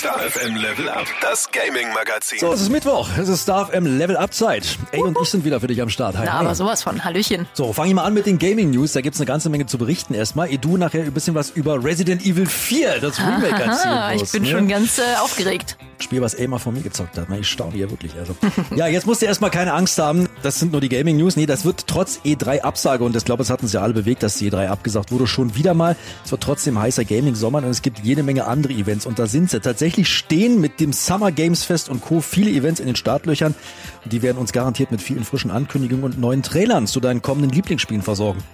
Star FM Level Up, das Gaming-Magazin. So, es ist Mittwoch, es ist Star FM Level Up Zeit. Ey und ich sind wieder für dich am Start. Hi, Na, aber sowas von. Hallöchen. So, fange ich mal an mit den Gaming-News. Da gibt's eine ganze Menge zu berichten erstmal. Du nachher ein bisschen was über Resident Evil 4, das Remake erzählen wirst. Ich bin schon ganz aufgeregt. Spiel, was Elmar von mir gezockt hat. Ich staune hier wirklich. Also. Ja, jetzt musst du erstmal keine Angst haben. Das sind nur die Gaming-News. Nee, das wird trotz E3-Absage, und ich glaube, es hat uns ja alle bewegt, dass die E3 abgesagt wurde, schon wieder mal. Es wird trotzdem heißer Gaming-Sommer und es gibt jede Menge andere Events. Und da sind sie. Tatsächlich stehen mit dem Summer Games Fest und Co. viele Events in den Startlöchern. Und die werden uns garantiert mit vielen frischen Ankündigungen und neuen Trailern zu deinen kommenden Lieblingsspielen versorgen.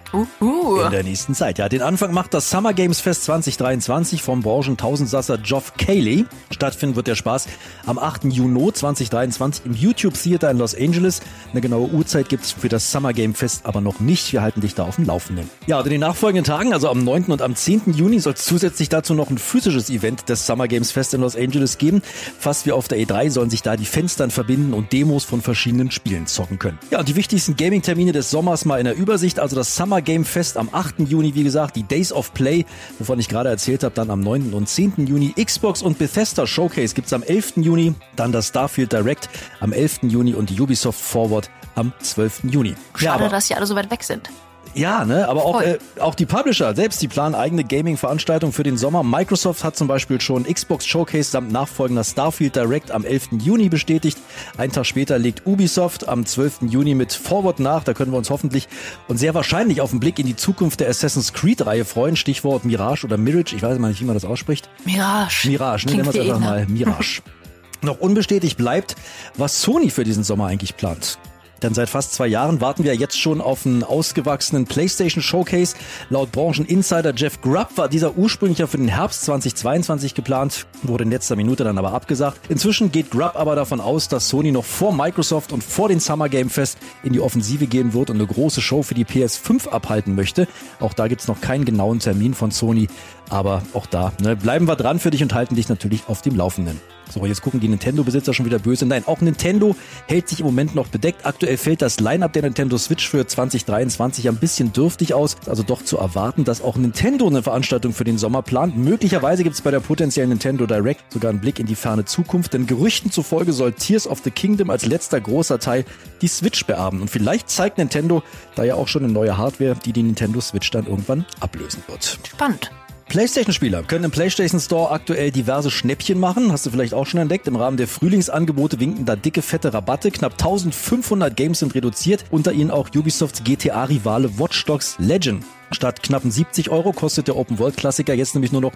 In der nächsten Zeit. Ja, den Anfang macht das Summer Games Fest 2023 vom Branchen-Tausendsasser Geoff Keighley. Stattfinden wird der Spaß am 8. Juni 2023 im YouTube Theater in Los Angeles. Eine genaue Uhrzeit gibt's für das Summer Game Fest aber noch nicht. Wir halten dich da auf dem Laufenden. Ja, und in den nachfolgenden Tagen, also am 9. und am 10. Juni, soll es zusätzlich dazu noch ein physisches Event des Summer Games Fest in Los Angeles geben. Fast wie auf der E3 sollen sich da die Fans dann verbinden und Demos von verschiedenen Spielen zocken können. Ja, und die wichtigsten Gaming-Termine des Sommers mal in der Übersicht. Also das Summer Game Fest am 8. Juni, wie gesagt, die Days of Play, wovon ich gerade erzählt habe, dann am 9. und 10. Juni. Xbox und Bethesda Showcase gibt's am 11. Juni, dann das Starfield Direct am 11. Juni und die Ubisoft Forward am 12. Juni. Schade, dass die alle so weit weg sind. Ja, ne, aber auch die Publisher selbst, die planen eigene Gaming-Veranstaltungen für den Sommer. Microsoft hat zum Beispiel schon Xbox Showcase samt nachfolgender Starfield Direct am 11. Juni bestätigt. Einen Tag später legt Ubisoft am 12. Juni mit Forward nach. Da können wir uns hoffentlich und sehr wahrscheinlich auf einen Blick in die Zukunft der Assassin's Creed-Reihe freuen. Stichwort Mirage oder Mirage, ich weiß mal nicht, wie man das ausspricht. Mirage, ne, nennen wir es einfach mal Mirage. Noch unbestätigt bleibt, was Sony für diesen Sommer eigentlich plant. Denn seit fast 2 Jahren warten wir jetzt schon auf einen ausgewachsenen PlayStation Showcase. Laut Brancheninsider Jeff Grubb war dieser ursprünglich ja für den Herbst 2022 geplant, wurde in letzter Minute dann aber abgesagt. Inzwischen geht Grubb aber davon aus, dass Sony noch vor Microsoft und vor den Summer Game Fest in die Offensive gehen wird und eine große Show für die PS5 abhalten möchte. Auch da gibt's noch keinen genauen Termin von Sony, aber auch da bleiben wir dran für dich und halten dich natürlich auf dem Laufenden. So, jetzt gucken die Nintendo-Besitzer schon wieder böse. Nein, auch Nintendo hält sich im Moment noch bedeckt. Aktuell fällt das Line-Up der Nintendo Switch für 2023 ein bisschen dürftig aus. Also doch zu erwarten, dass auch Nintendo eine Veranstaltung für den Sommer plant. Möglicherweise gibt es bei der potenziellen Nintendo Direct sogar einen Blick in die ferne Zukunft. Denn Gerüchten zufolge soll Tears of the Kingdom als letzter großer Teil die Switch beerben. Und vielleicht zeigt Nintendo da ja auch schon eine neue Hardware, die Nintendo Switch dann irgendwann ablösen wird. Spannend. PlayStation-Spieler können im PlayStation Store aktuell diverse Schnäppchen machen. Hast du vielleicht auch schon entdeckt. Im Rahmen der Frühlingsangebote winken da dicke, fette Rabatte. Knapp 1500 Games sind reduziert. Unter ihnen auch Ubisofts GTA-Rivale Watch Dogs Legion. Statt knappen 70 € kostet der Open-World-Klassiker jetzt nämlich nur noch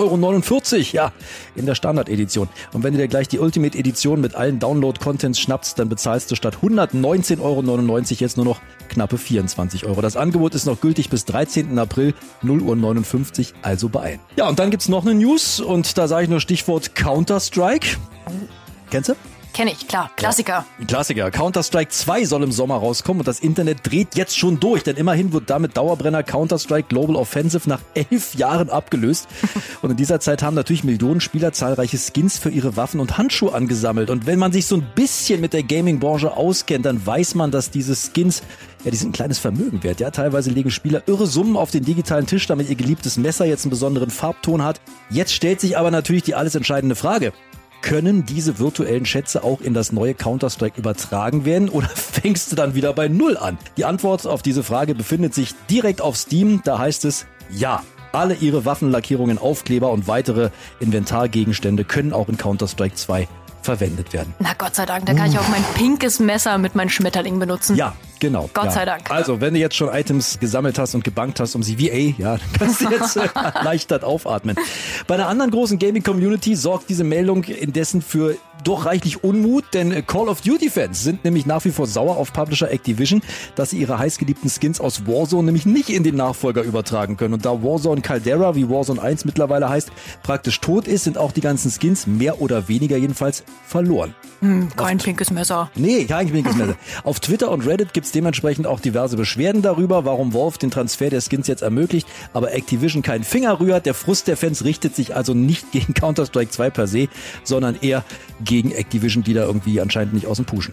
10,49 €, ja, in der Standard-Edition. Und wenn du dir gleich die Ultimate-Edition mit allen Download-Contents schnappst, dann bezahlst du statt 119,99 € jetzt nur noch knappe 24 €. Das Angebot ist noch gültig bis 13. April, 0:59 Uhr, also beeilen. Ja, und dann gibt's noch eine News und da sage ich nur Stichwort Counter-Strike. Kennst du? Kenn ich, klar. Klassiker. Ja, Klassiker. Counter-Strike 2 soll im Sommer rauskommen und das Internet dreht jetzt schon durch, denn immerhin wird damit Dauerbrenner Counter-Strike Global Offensive nach 11 Jahren abgelöst. Und in dieser Zeit haben natürlich Millionen Spieler zahlreiche Skins für ihre Waffen und Handschuhe angesammelt. Und wenn man sich so ein bisschen mit der Gaming-Branche auskennt, dann weiß man, dass diese Skins, ja, die sind ein kleines Vermögen wert. Ja, teilweise legen Spieler irre Summen auf den digitalen Tisch, damit ihr geliebtes Messer jetzt einen besonderen Farbton hat. Jetzt stellt sich aber natürlich die alles entscheidende Frage: Können diese virtuellen Schätze auch in das neue Counter-Strike übertragen werden oder fängst du dann wieder bei Null an? Die Antwort auf diese Frage befindet sich direkt auf Steam. Da heißt es ja. Alle ihre Waffenlackierungen, Aufkleber und weitere Inventargegenstände können auch in Counter-Strike 2 verwendet werden. Na Gott sei Dank, da kann ich auch mein pinkes Messer mit meinem Schmetterling benutzen. Ja, genau. Gott sei Dank. Also, wenn du jetzt schon Items gesammelt hast und gebankt hast um sie VA, ja, dann kannst du jetzt erleichtert aufatmen. Bei einer anderen großen Gaming-Community sorgt diese Meldung indessen für doch reichlich Unmut, denn Call of Duty-Fans sind nämlich nach wie vor sauer auf Publisher Activision, dass sie ihre heißgeliebten Skins aus Warzone nämlich nicht in den Nachfolger übertragen können. Und da Warzone Caldera, wie Warzone 1 mittlerweile heißt, praktisch tot ist, sind auch die ganzen Skins mehr oder weniger jedenfalls verloren. Kein pinkes Messer. Nee, kein pinkes Messer. Auf Twitter und Reddit gibt's dementsprechend auch diverse Beschwerden darüber, warum Valve den Transfer der Skins jetzt ermöglicht, aber Activision keinen Finger rührt. Der Frust der Fans richtet sich also nicht gegen Counter-Strike 2 per se, sondern eher gegen Activision, die da irgendwie anscheinend nicht aus dem Puschen kommen.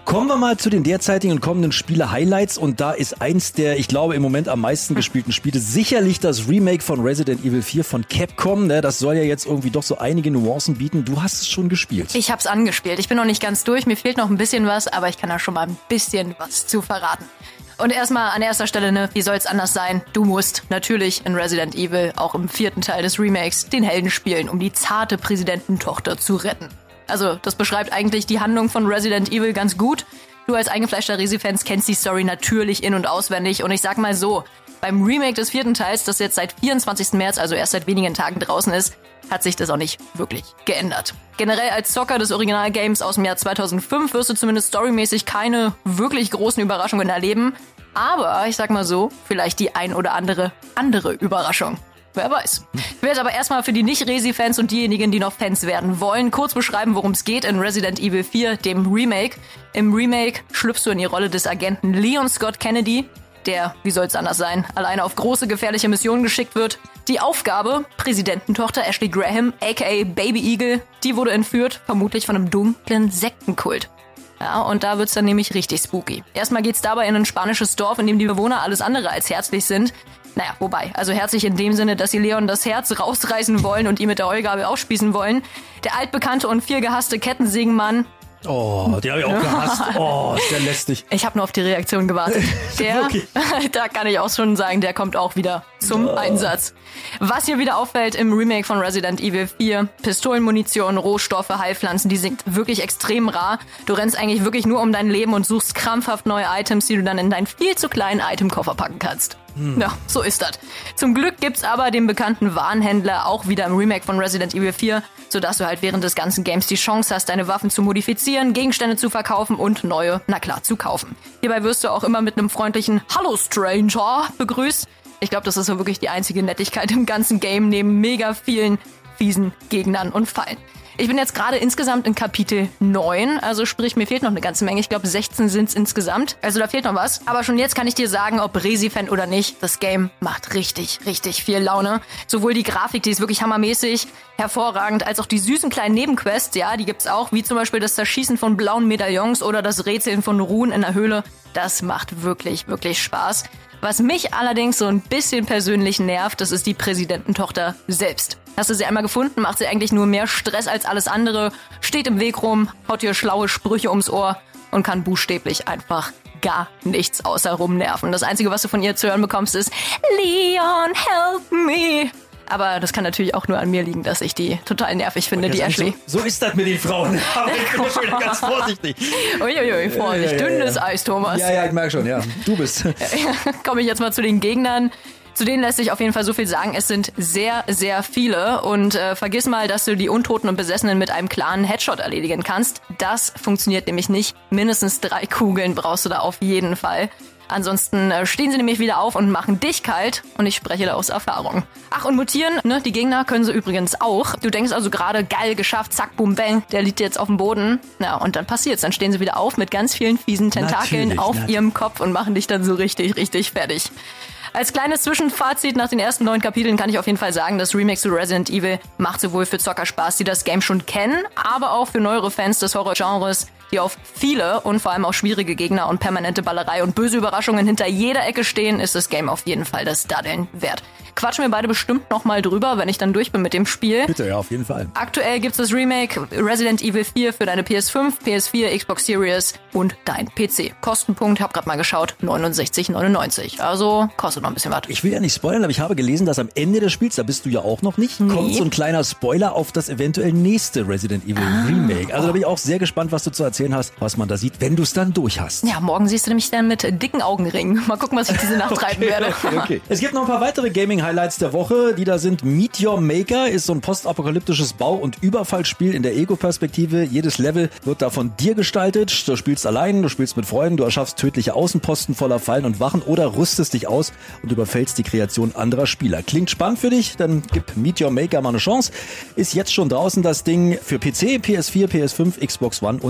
Kommen wir mal zu den derzeitigen und kommenden Spiele-Highlights und da ist eins der, ich glaube, im Moment am meisten gespielten Spiele sicherlich das Remake von Resident Evil 4 von Capcom. Das soll ja jetzt irgendwie doch so einige Nuancen bieten. Du hast es schon gespielt. Ich hab's angespielt. Ich bin noch nicht ganz durch, mir fehlt noch ein bisschen was, aber ich kann da schon mal ein bisschen was zu verraten. Und erstmal an erster Stelle, wie soll's anders sein? Du musst natürlich in Resident Evil, auch im 4. Teil des Remakes, den Helden spielen, um die zarte Präsidententochter zu retten. Also, das beschreibt eigentlich die Handlung von Resident Evil ganz gut. Du als eingefleischter Resi-Fans kennst die Story natürlich in- und auswendig. Und ich sag mal so, beim Remake des 4. Teils, das jetzt seit 24. März, also erst seit wenigen Tagen draußen ist, hat sich das auch nicht wirklich geändert. Generell als Zocker des Originalgames aus dem Jahr 2005 wirst du zumindest storymäßig keine wirklich großen Überraschungen erleben. Aber, ich sag mal so, vielleicht die ein oder andere Überraschung. Wer weiß. Ich werde aber erstmal für die Nicht-Resi-Fans und diejenigen, die noch Fans werden wollen, kurz beschreiben, worum es geht in Resident Evil 4, dem Remake. Im Remake schlüpfst du in die Rolle des Agenten Leon Scott Kennedy, der, wie soll's anders sein, alleine auf große gefährliche Missionen geschickt wird. Die Aufgabe, Präsidententochter Ashley Graham, aka Baby Eagle, die wurde entführt, vermutlich von einem dunklen Sektenkult. Ja, und da wird's dann nämlich richtig spooky. Erstmal geht's dabei in ein spanisches Dorf, in dem die Bewohner alles andere als herzlich sind. Naja, wobei, also herzlich in dem Sinne, dass sie Leon das Herz rausreißen wollen und ihn mit der Heugabel aufspießen wollen. Der altbekannte und viel gehasste Kettensägenmann. Oh, die habe ich auch gehasst. Oh, ist der lästig. Ich habe nur auf die Reaktion gewartet. Der, da kann ich auch schon sagen, der kommt auch wieder zum Einsatz. Was hier wieder auffällt im Remake von Resident Evil 4, Pistolenmunition, Rohstoffe, Heilpflanzen, die sind wirklich extrem rar. Du rennst eigentlich wirklich nur um dein Leben und suchst krampfhaft neue Items, die du dann in deinen viel zu kleinen Itemkoffer packen kannst. Ja, so ist das. Zum Glück gibt's aber den bekannten Warenhändler auch wieder im Remake von Resident Evil 4, sodass du halt während des ganzen Games die Chance hast, deine Waffen zu modifizieren, Gegenstände zu verkaufen und neue, na klar, zu kaufen. Hierbei wirst du auch immer mit einem freundlichen Hallo Stranger begrüßt. Ich glaube, das ist so wirklich die einzige Nettigkeit im ganzen Game, neben mega vielen fiesen Gegnern und Fallen. Ich bin jetzt gerade insgesamt in Kapitel 9, also sprich, mir fehlt noch eine ganze Menge. Ich glaube, 16 sind's insgesamt. Also da fehlt noch was. Aber schon jetzt kann ich dir sagen, ob Resi-Fan oder nicht, das Game macht richtig, richtig viel Laune. Sowohl die Grafik, die ist wirklich hammermäßig, hervorragend, als auch die süßen kleinen Nebenquests, ja, die gibt's auch, wie zum Beispiel das Zerschießen von blauen Medaillons oder das Rätseln von Runen in der Höhle. Das macht wirklich, wirklich Spaß. Was mich allerdings so ein bisschen persönlich nervt, das ist die Präsidententochter selbst. Hast du sie einmal gefunden, macht sie eigentlich nur mehr Stress als alles andere, steht im Weg rum, haut dir schlaue Sprüche ums Ohr und kann buchstäblich einfach gar nichts außer rumnerven. Das Einzige, was du von ihr zu hören bekommst, ist Leon, help me. Aber das kann natürlich auch nur an mir liegen, dass ich die total nervig finde, die Ashley. So ist das mit den Frauen. Aber ich bin schon wieder ganz vorsichtig. Uiuiui, Vorsicht, dünnes Eis, Thomas. Ja, ich merke schon, ja. Du bist. Komme ich jetzt mal zu den Gegnern. Zu denen lässt sich auf jeden Fall so viel sagen. Es sind sehr, sehr viele. Und vergiss mal, dass du die Untoten und Besessenen mit einem klaren Headshot erledigen kannst. Das funktioniert nämlich nicht. Mindestens 3 Kugeln brauchst du da auf jeden Fall. Ansonsten stehen sie nämlich wieder auf und machen dich kalt. Und ich spreche da aus Erfahrung. Ach, und mutieren, ne? Die Gegner können sie übrigens auch. Du denkst also gerade, geil, geschafft, zack, boom, bang, der liegt jetzt auf dem Boden. Ja, und dann passiert's. Dann stehen sie wieder auf mit ganz vielen fiesen Tentakeln auf ihrem Kopf und machen dich dann so richtig, richtig fertig. Als kleines Zwischenfazit nach den ersten 9 Kapiteln kann ich auf jeden Fall sagen, das Remake zu Resident Evil macht sowohl für Zocker Spaß, die das Game schon kennen, aber auch für neuere Fans des Horrorgenres, die auf viele und vor allem auch schwierige Gegner und permanente Ballerei und böse Überraschungen hinter jeder Ecke stehen, ist das Game auf jeden Fall das Daddeln wert. Quatschen wir beide bestimmt noch mal drüber, wenn ich dann durch bin mit dem Spiel. Bitte, ja, auf jeden Fall. Aktuell gibt's das Remake Resident Evil 4 für deine PS5, PS4, Xbox Series und dein PC. Kostenpunkt, hab grad mal geschaut, 69,99. Also kostet noch ein bisschen was. Ich will ja nicht spoilern, aber ich habe gelesen, dass am Ende des Spiels, da bist du ja auch noch nicht, kommt so ein kleiner Spoiler auf das eventuell nächste Resident Evil Remake. Also da bin ich auch sehr gespannt, was du zu erzählen hast, was man da sieht, wenn du es dann durch hast. Ja, morgen siehst du nämlich dann mit dicken Augenringen. Mal gucken, was ich diese Nacht treiben werde. Okay. Es gibt noch ein paar weitere Gaming-Highlights der Woche, die da sind. Meteor Maker ist so ein postapokalyptisches Bau- und Überfallspiel in der Ego-Perspektive. Jedes Level wird da von dir gestaltet. Du spielst allein, du spielst mit Freunden, du erschaffst tödliche Außenposten voller Fallen und Wachen oder rüstest dich aus und überfällst die Kreation anderer Spieler. Klingt spannend für dich? Dann gib Meteor Maker mal eine Chance. Ist jetzt schon draußen das Ding für PC, PS4, PS5, Xbox One und natürlich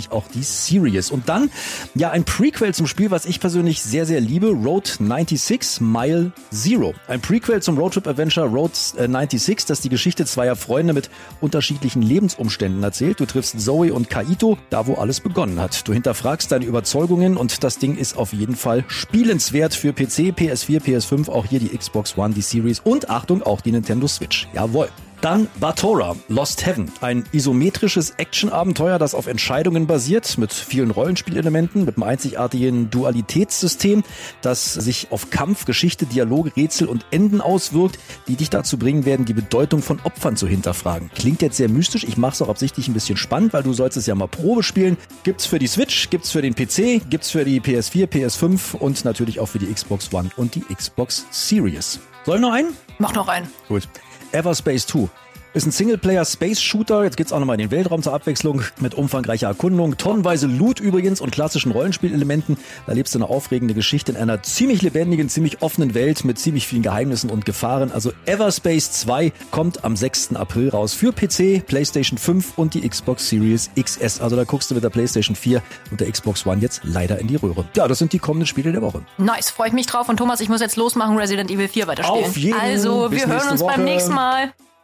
natürlich auch die Series. Und dann, ja, ein Prequel zum Spiel, was ich persönlich sehr, sehr liebe, Road 96 Mile Zero. Ein Prequel zum Roadtrip-Adventure Road 96, das die Geschichte zweier Freunde mit unterschiedlichen Lebensumständen erzählt. Du triffst Zoe und Kaito, da wo alles begonnen hat. Du hinterfragst deine Überzeugungen und das Ding ist auf jeden Fall spielenswert für PC, PS4, PS5, auch hier die Xbox One, die Series und Achtung, auch die Nintendo Switch. Jawohl. Dann Batora, Lost Heaven, ein isometrisches Action-Abenteuer, das auf Entscheidungen basiert, mit vielen Rollenspielelementen, mit einem einzigartigen Dualitätssystem, das sich auf Kampf, Geschichte, Dialog, Rätsel und Enden auswirkt, die dich dazu bringen werden, die Bedeutung von Opfern zu hinterfragen. Klingt jetzt sehr mystisch, ich mache es auch absichtlich ein bisschen spannend, weil du sollst es ja mal Probe spielen. Gibt's für die Switch, gibt's für den PC, gibt's für die PS4, PS5 und natürlich auch für die Xbox One und die Xbox Series. Soll noch einen? Mach noch einen. Gut. Everspace 2 ist ein Singleplayer-Space-Shooter. Jetzt geht's auch nochmal in den Weltraum zur Abwechslung mit umfangreicher Erkundung, tonnenweise Loot übrigens und klassischen Rollenspielelementen. Da lebst du eine aufregende Geschichte in einer ziemlich lebendigen, ziemlich offenen Welt mit ziemlich vielen Geheimnissen und Gefahren. Also Everspace 2 kommt am 6. April raus für PC, PlayStation 5 und die Xbox Series XS. Also da guckst du mit der PlayStation 4 und der Xbox One jetzt leider in die Röhre. Ja, das sind die kommenden Spiele der Woche. Nice, freue ich mich drauf. Und Thomas, ich muss jetzt losmachen, Resident Evil 4 weiterspielen. Auf jeden Fall. Also, wir hören uns beim nächsten Mal.